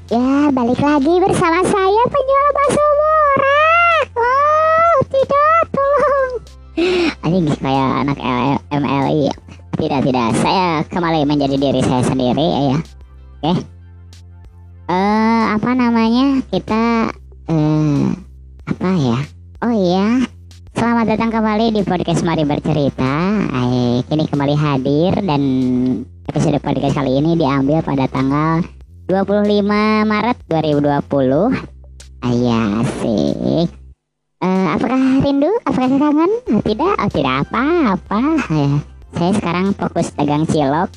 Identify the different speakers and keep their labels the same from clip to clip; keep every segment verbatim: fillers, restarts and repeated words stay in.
Speaker 1: Ya, balik lagi bersama saya penjual bakso murah. Oh, tidak, tolong. Ini kayak anak M L I. Tidak, tidak. Saya kembali menjadi diri saya sendiri ya. Oke. Eh, apa namanya? Kita eh apa ya? Oh iya. Selamat datang kembali di podcast Mari Bercerita. Eh, kini kembali hadir dan episode podcast kali ini diambil pada tanggal dua puluh lima Maret dua ribu dua puluh. Ayah sih. Uh, apakah rindu? Apakah kangen? Oh, tidak, oh, tidak apa-apa. Ya, saya sekarang fokus dagang cilok.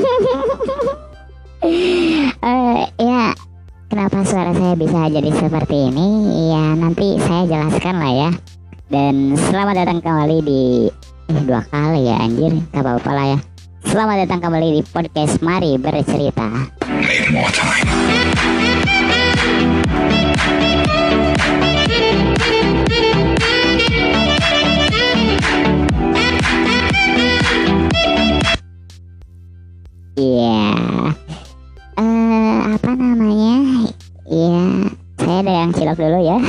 Speaker 1: uh, ya, kenapa suara saya bisa jadi seperti ini? Ya, nanti saya jelaskan lah ya. Dan selamat datang kembali di eh, dua kali ya anjir, gak apa-apa lah ya. Selamat datang kembali di podcast Mari Bercerita. Make more time. Iya, uh, apa namanya? Iya, saya dagang cilok dulu ya.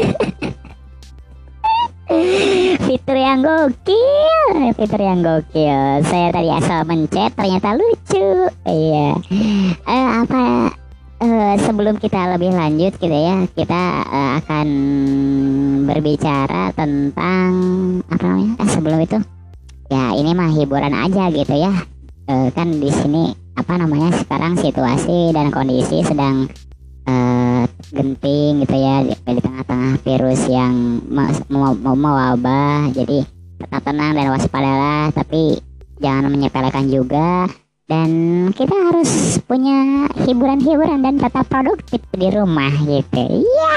Speaker 1: Fitur yang gokil, fitur yang gokil. Saya tadi asal mencet, ternyata lucu. Iya. Uh, apa? Uh, sebelum kita lebih lanjut gitu ya, kita uh, akan berbicara tentang apa namanya? Eh, sebelum itu, ya ini mah hiburan aja gitu ya. Uh, kan di sini apa namanya? Sekarang situasi dan kondisi sedang uh, genting gitu ya, di, di tengah-tengah virus yang mewabah. Jadi tetap tenang dan waspadalah, tapi jangan menyepelekan juga. Dan kita harus punya hiburan-hiburan dan tetap produktif di rumah gitu. Iya.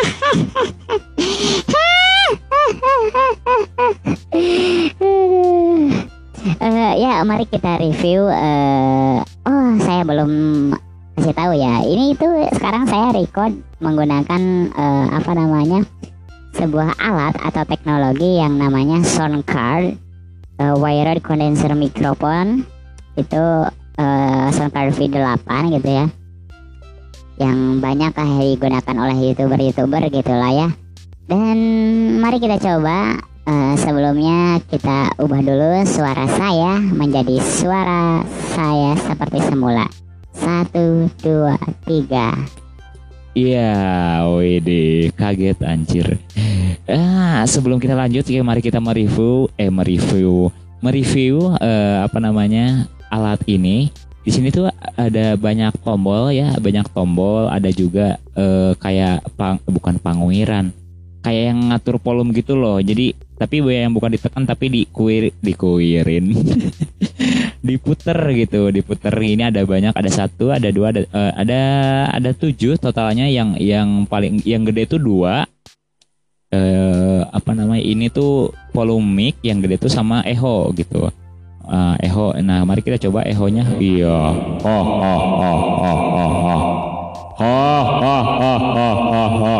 Speaker 1: uh, ya, mari kita review. Uh, oh, saya belum kasih tahu ya. Ini itu sekarang saya record menggunakan uh, apa namanya? Sebuah alat atau teknologi yang namanya sound card, uh, wired condenser microphone. Itu uh, sound card V delapan gitu ya. Yang banyak digunakan oleh YouTuber-YouTuber gitulah ya. Dan mari kita coba. Uh, sebelumnya kita ubah dulu suara saya menjadi suara saya seperti semula. Satu, dua, tiga.
Speaker 2: Iya, wede, kaget anjir. Ah, sebelum kita lanjut, ya, mari kita mereview, eh mereview, mereview eh, apa namanya alat ini. Di sini tuh ada banyak tombol ya, banyak tombol. Ada juga eh, kayak pang, bukan panguiran, kayak yang ngatur volume gitu loh. Jadi tapi yang bukan ditekan tapi dikuir, dikuirin. Diputer gitu, diputer. Ini ada banyak, ada satu, ada dua, ada uh, ada ada tujuh totalnya. Yang yang paling yang gede tuh dua. Uh, apa namanya? Ini tuh volume mic yang gede tuh sama echo gitu. Uh, echo. Nah, mari kita coba echonya. Iya. Oh oh oh oh oh oh. Oh oh oh oh oh oh.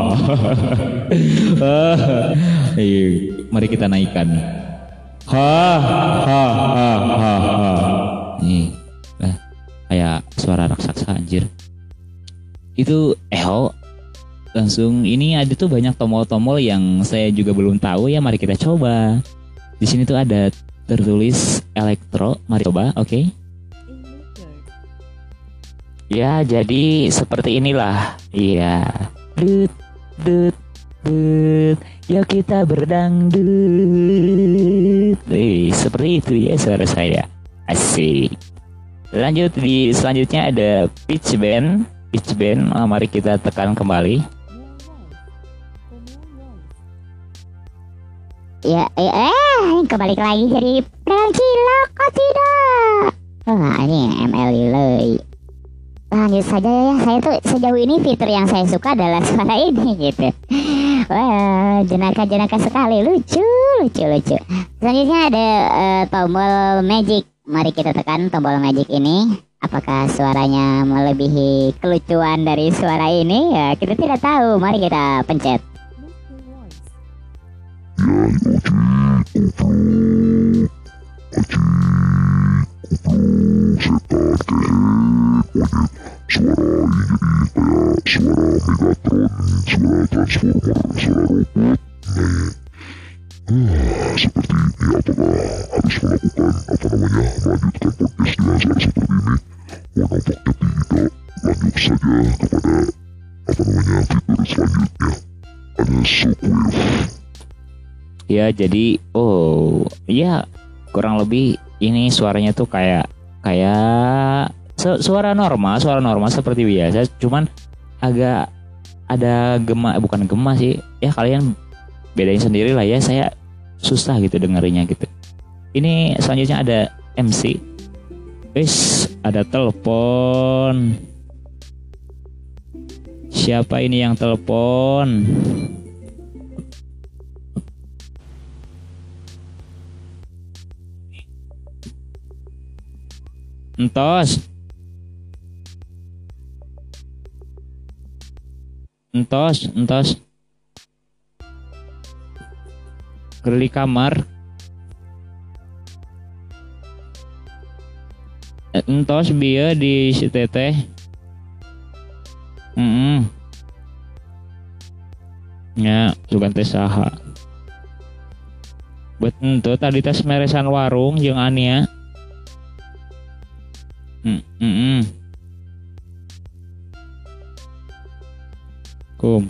Speaker 2: Mari kita naikkan. Ha ha ha ha ha. Nih, nah, kayak suara raksasa anjir. Itu echo. Langsung ini ada tuh banyak tombol-tombol yang saya juga belum tahu ya. Mari kita coba. Di sini tuh ada tertulis elektro. Mari coba, oke? Okay? Ya, jadi seperti inilah. Iya. Dut dut dut. Ya kita berdangdut. Eh, seperti itu ya suara saya. Asik. Lanjut di selanjutnya ada pitch bend. Pitch bend. Oh, mari kita tekan kembali.
Speaker 1: Ya, eh, eh kembali lagi jadi perang cilok. Oh tidak. Oh, ini M L I. Lanjut saja ya. Saya tuh sejauh ini fitur yang saya suka adalah suara ini gitu. Wah, jenaka-jenaka sekali, lucu, lucu, lucu. Selanjutnya ada uh, tombol magic. Mari kita tekan tombol magic ini. Apakah suaranya melebihi kelucuan dari suara ini? Ya, kita tidak tahu. Mari kita pencet.
Speaker 3: suara ini jadi kayak suara Megatron, suara Transformer, suara robot. Nah, seperti ini apakah harus melakukan apa namanya melanjutkan podcast dengan cara seperti ini? Oh nampaknya tidak. Lanjut saja kepada apa namanya fitur selanjutnya. Ada Shockwave.
Speaker 2: Ya jadi oh ya kurang lebih ini suaranya tuh kayak kayak su- suara normal, suara normal seperti biasa, cuman agak ada gema, bukan gema sih. Ya kalian bedain sendiri lah ya, saya susah gitu dengerinnya gitu. Ini selanjutnya ada M C. Wis, ada telepon. Siapa ini yang telepon? Entos. Entos, entos. Kerli kamar. Entos bieu di si teteh. Heeh. Ya, sugan teh saha. Bet ente tadi tes meresan warung jeung Ania. Heeh. Kum.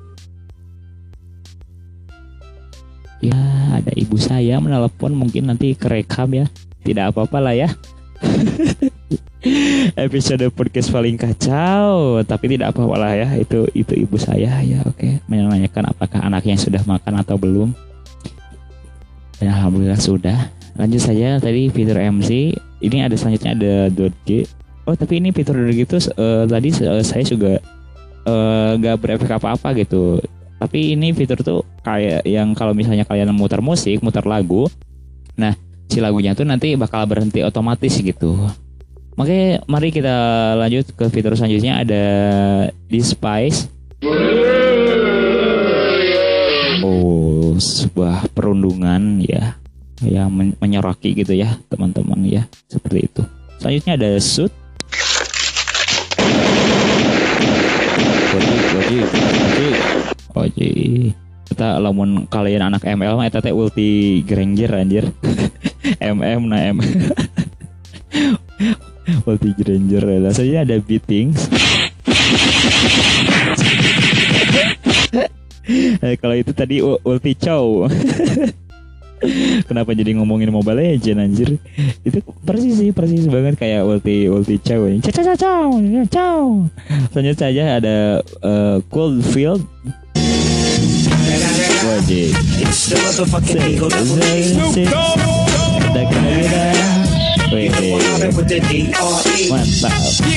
Speaker 2: Ya, ada ibu saya menelepon, mungkin nanti kerekam ya. Tidak apa-apa lah ya. Episode podcast paling kacau, tapi tidak apa-apa lah ya. Itu itu ibu saya ya, oke. Menanyakan apakah anaknya sudah makan atau belum. Dan alhamdulillah sudah. Lanjut saja tadi fitur M C. Ini ada selanjutnya ada .g. Oh, tapi ini fitur gitu uh, tadi uh, saya juga uh, gak berefek apa-apa gitu. Tapi ini fitur tuh kayak yang kalau misalnya kalian muter musik, muter lagu, nah si lagunya tuh nanti bakal berhenti otomatis gitu. Makanya mari kita lanjut ke fitur selanjutnya, ada Despice. Oh, sebuah perundungan ya, yang men- menyoraki gitu ya teman-teman ya, seperti itu. Selanjutnya ada Shoot. Wajib, wajib, wajib. Oji, kita lamun kalian anak M L mah eta teh ulti Granger anjir. M M na M. Ulti Granger. Rasanya ada Beatings. Eh, kalau itu tadi ulti Chow. Kenapa jadi ngomongin Mobile Legends anjir? Itu persis sih, persis banget kayak ulti ulti Chow. Chow chow chow chow. Selanjutnya saja ada uh, Coldfield. Wajib. Mantap.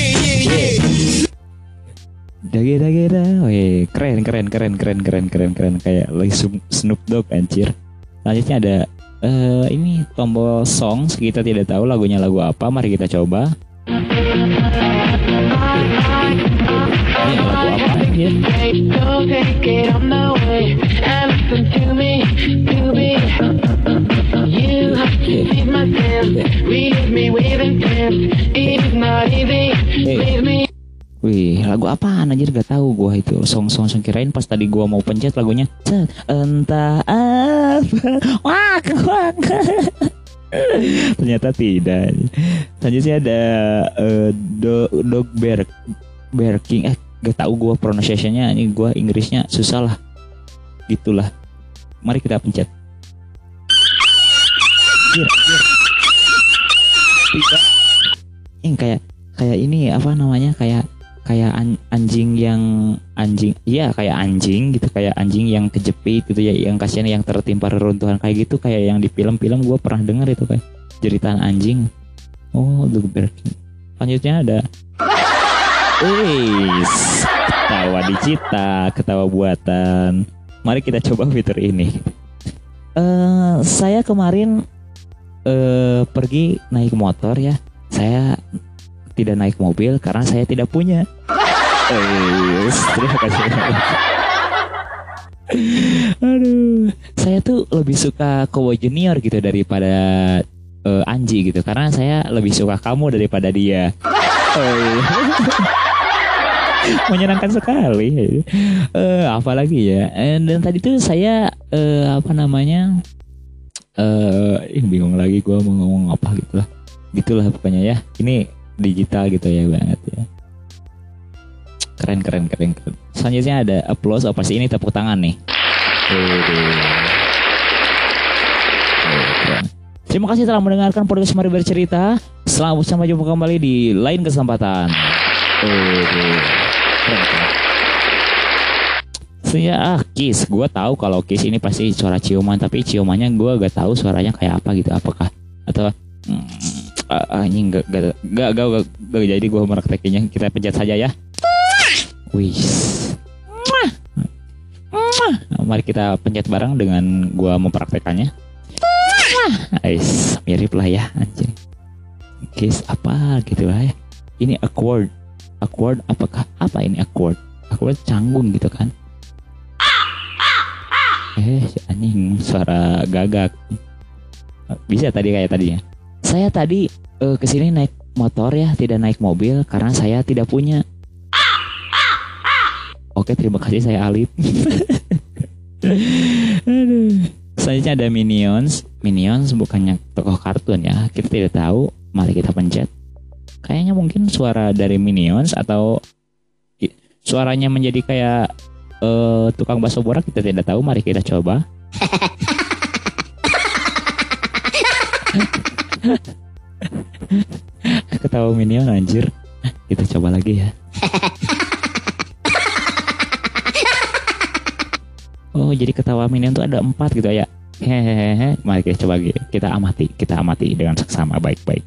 Speaker 2: Dagera, weh, keren, keren, keren, keren, keren, keren, keren, kayak lagi Snoop Dogg anjir. Selanjutnya ada uh, ini tombol songs, kita tidak tahu lagunya lagu apa, mari kita coba. Ini lagu apa anjir? Hey. Wih, lagu apaan anjir, gak tahu gua itu. Song-song song kirain pas tadi gua mau pencet lagunya. Cet, entah apa. Wah, wah. Ternyata tidak. Selanjutnya ada uh, do, dog bark, barking. Eh, gak tahu gua pronunciation-nya. Ini gua Inggrisnya susah lah. Gitulah. Mari kita pencet. Gir, gir. Tidak. Yang kayak kayak ini apa namanya, kayak kayak an, anjing yang anjing iya kayak anjing gitu, kayak anjing yang kejepit gitu ya, yang kasihan yang tertimpa reruntuhan kayak gitu, kayak yang di film-film gue pernah dengar itu kayak jeritan anjing. Oh, dog barking. Selanjutnya ada Wis, ketawa digital, ketawa buatan. Mari kita coba fitur ini. Uh, saya kemarin uh, pergi naik motor ya. Saya tidak naik mobil karena saya tidak punya. Eh, terima kasih. Aduh, saya tuh lebih suka Cowboy Junior gitu daripada uh, Anji gitu, karena saya lebih suka kamu daripada dia. Oh, iya. Menyenangkan sekali. Eh, apalagi ya. Eh, dan tadi tuh saya eh, apa namanya? Eh, ih, bingung lagi gue mau ngomong apa gitu lah. Gitulah pokoknya ya. Ini digital gitu ya banget ya. Keren keren keren keren. Selanjutnya ada applause. Oh, pasti ini tepuk tangan nih. Terima kasih telah mendengarkan podcast Mari Bercerita. Selamat sampai jumpa kembali di lain kesempatan. Saya ah Kiss, gue tahu kalau Kiss ini pasti suara ciuman, tapi ciumannya gue gak tahu suaranya kayak apa gitu, apakah atau mm, ah, ini gak gak gak gak, gak, gak jadi gue meraktekinya. Kita pencet saja ya. Wih, mari kita pencet bareng dengan gue mempraktekannya. Ais, mirip lah ya anjing. Kiss apa gitu lah ya. Ini awkward, awkward apakah apa ini awkward? Awkward canggung gitu kan? Eh, si anjing suara gagak. Bisa tadi kayak tadinya. Saya tadi uh, kesini naik motor ya, tidak naik mobil karena saya tidak punya. Oke, terima kasih saya Alip. Aduh. Selanjutnya ada Minions. Minions bukannya tokoh kartun ya. Kita tidak tahu. Mari kita pencet. Kayaknya mungkin suara dari Minions atau suaranya menjadi kayak uh, tukang bakso borak, kita tidak tahu. Mari kita coba. Ketawa Minion anjir. Kita coba lagi ya. Oh, jadi ketawa Minion tuh ada empat gitu ya. Hehehe. Mari kita coba lagi. Kita amati, kita amati dengan seksama baik-baik.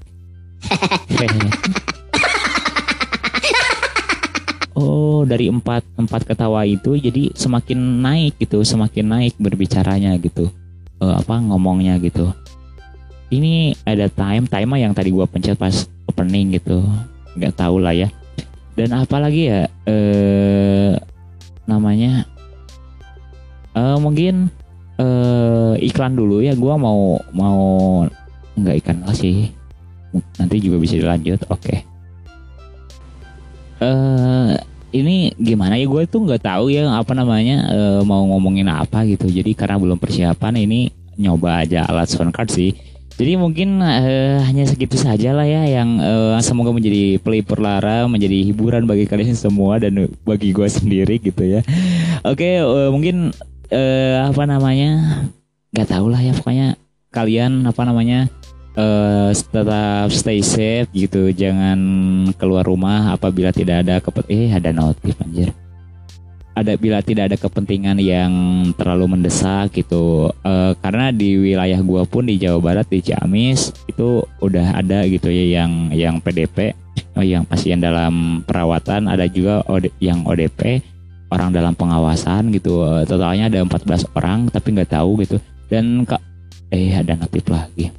Speaker 2: Oh, dari empat empat ketawa itu jadi semakin naik gitu, semakin naik berbicaranya gitu. Uh, apa ngomongnya gitu. Ini ada time, time yang tadi gua pencet pas opening gitu. Nggak tahu lah ya. Dan apalagi ya eh namanya Uh, mungkin uh, iklan dulu ya. Gua mau mau nggak iklan lah sih. Nanti juga bisa dilanjut. Oke. Okay. Uh, ini gimana ya? Gue tuh nggak tahu ya apa namanya uh, mau ngomongin apa gitu. Jadi karena belum persiapan ini nyoba aja alat soundcard sih. Jadi mungkin uh, hanya segitu saja lah ya yang uh, semoga menjadi pelipur lara, menjadi hiburan bagi kalian semua dan bagi gue sendiri gitu ya. Oke, okay, uh, mungkin Uh, apa namanya nggak tahu lah ya, pokoknya kalian apa namanya uh, tetap stay safe gitu, jangan keluar rumah apabila tidak ada kepet eh ada notif anjir ada bila tidak ada kepentingan yang terlalu mendesak gitu, uh, karena di wilayah gua pun di Jawa Barat di Ciamis itu udah ada gitu ya yang yang P D P, oh, yang pasien dalam perawatan, ada juga O D, yang O D P orang dalam pengawasan gitu. Totalnya ada empat belas orang tapi nggak tahu gitu. Dan kak eh ada notif lagi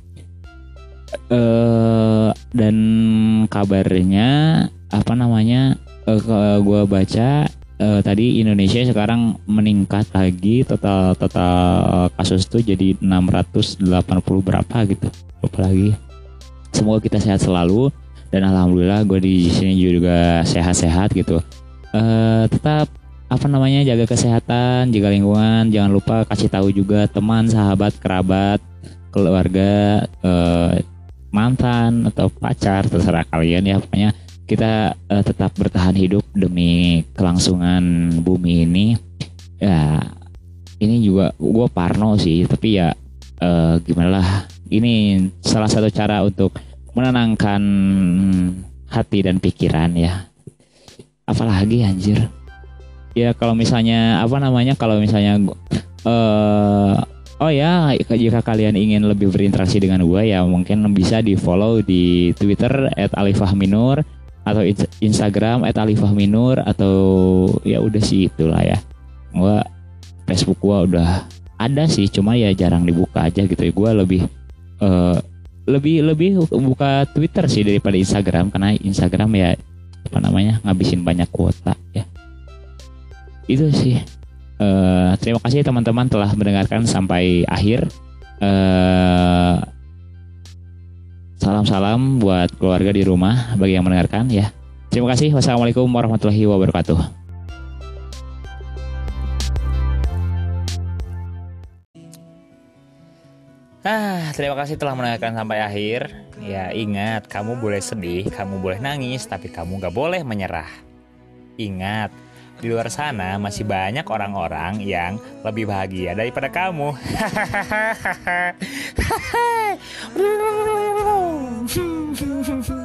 Speaker 2: eh dan kabarnya apa namanya eh, gue baca eh, tadi Indonesia sekarang meningkat lagi, total total kasus tuh jadi enam ratus delapan puluh berapa gitu, lupa lagi. Semoga kita sehat selalu dan alhamdulillah gue di sini juga sehat-sehat gitu. Eh, tetap apa namanya jaga kesehatan, jaga lingkungan, jangan lupa kasih tahu juga teman, sahabat, kerabat, keluarga, eh, mantan atau pacar, terserah kalian ya. Pokoknya kita eh, tetap bertahan hidup demi kelangsungan bumi ini. Ya ini juga gue parno sih, tapi ya eh, gimana lah. Ini salah satu cara untuk menenangkan hati dan pikiran ya. Apalagi anjir. Ya kalau misalnya apa namanya kalau misalnya uh, oh ya jika kalian ingin lebih berinteraksi dengan gue ya mungkin bisa di follow di Twitter et alifahminur atau Instagram et alifahminur atau ya udah sih itulah ya. Gue Facebook gue udah ada sih, cuma ya jarang dibuka aja gitu ya. Gue lebih uh, lebih lebih buka Twitter sih daripada Instagram, karena Instagram ya apa namanya ngabisin banyak kuota ya. Itu sih. Uh, terima kasih teman-teman telah mendengarkan sampai akhir. Uh, salam-salam buat keluarga di rumah bagi yang mendengarkan ya. Terima kasih. Wassalamualaikum warahmatullahi wabarakatuh. Ah, terima kasih telah mendengarkan sampai akhir. Ya, ingat, kamu boleh sedih, kamu boleh nangis, tapi kamu gak boleh menyerah. Ingat, di luar sana masih banyak orang-orang yang lebih bahagia daripada kamu. Hahaha.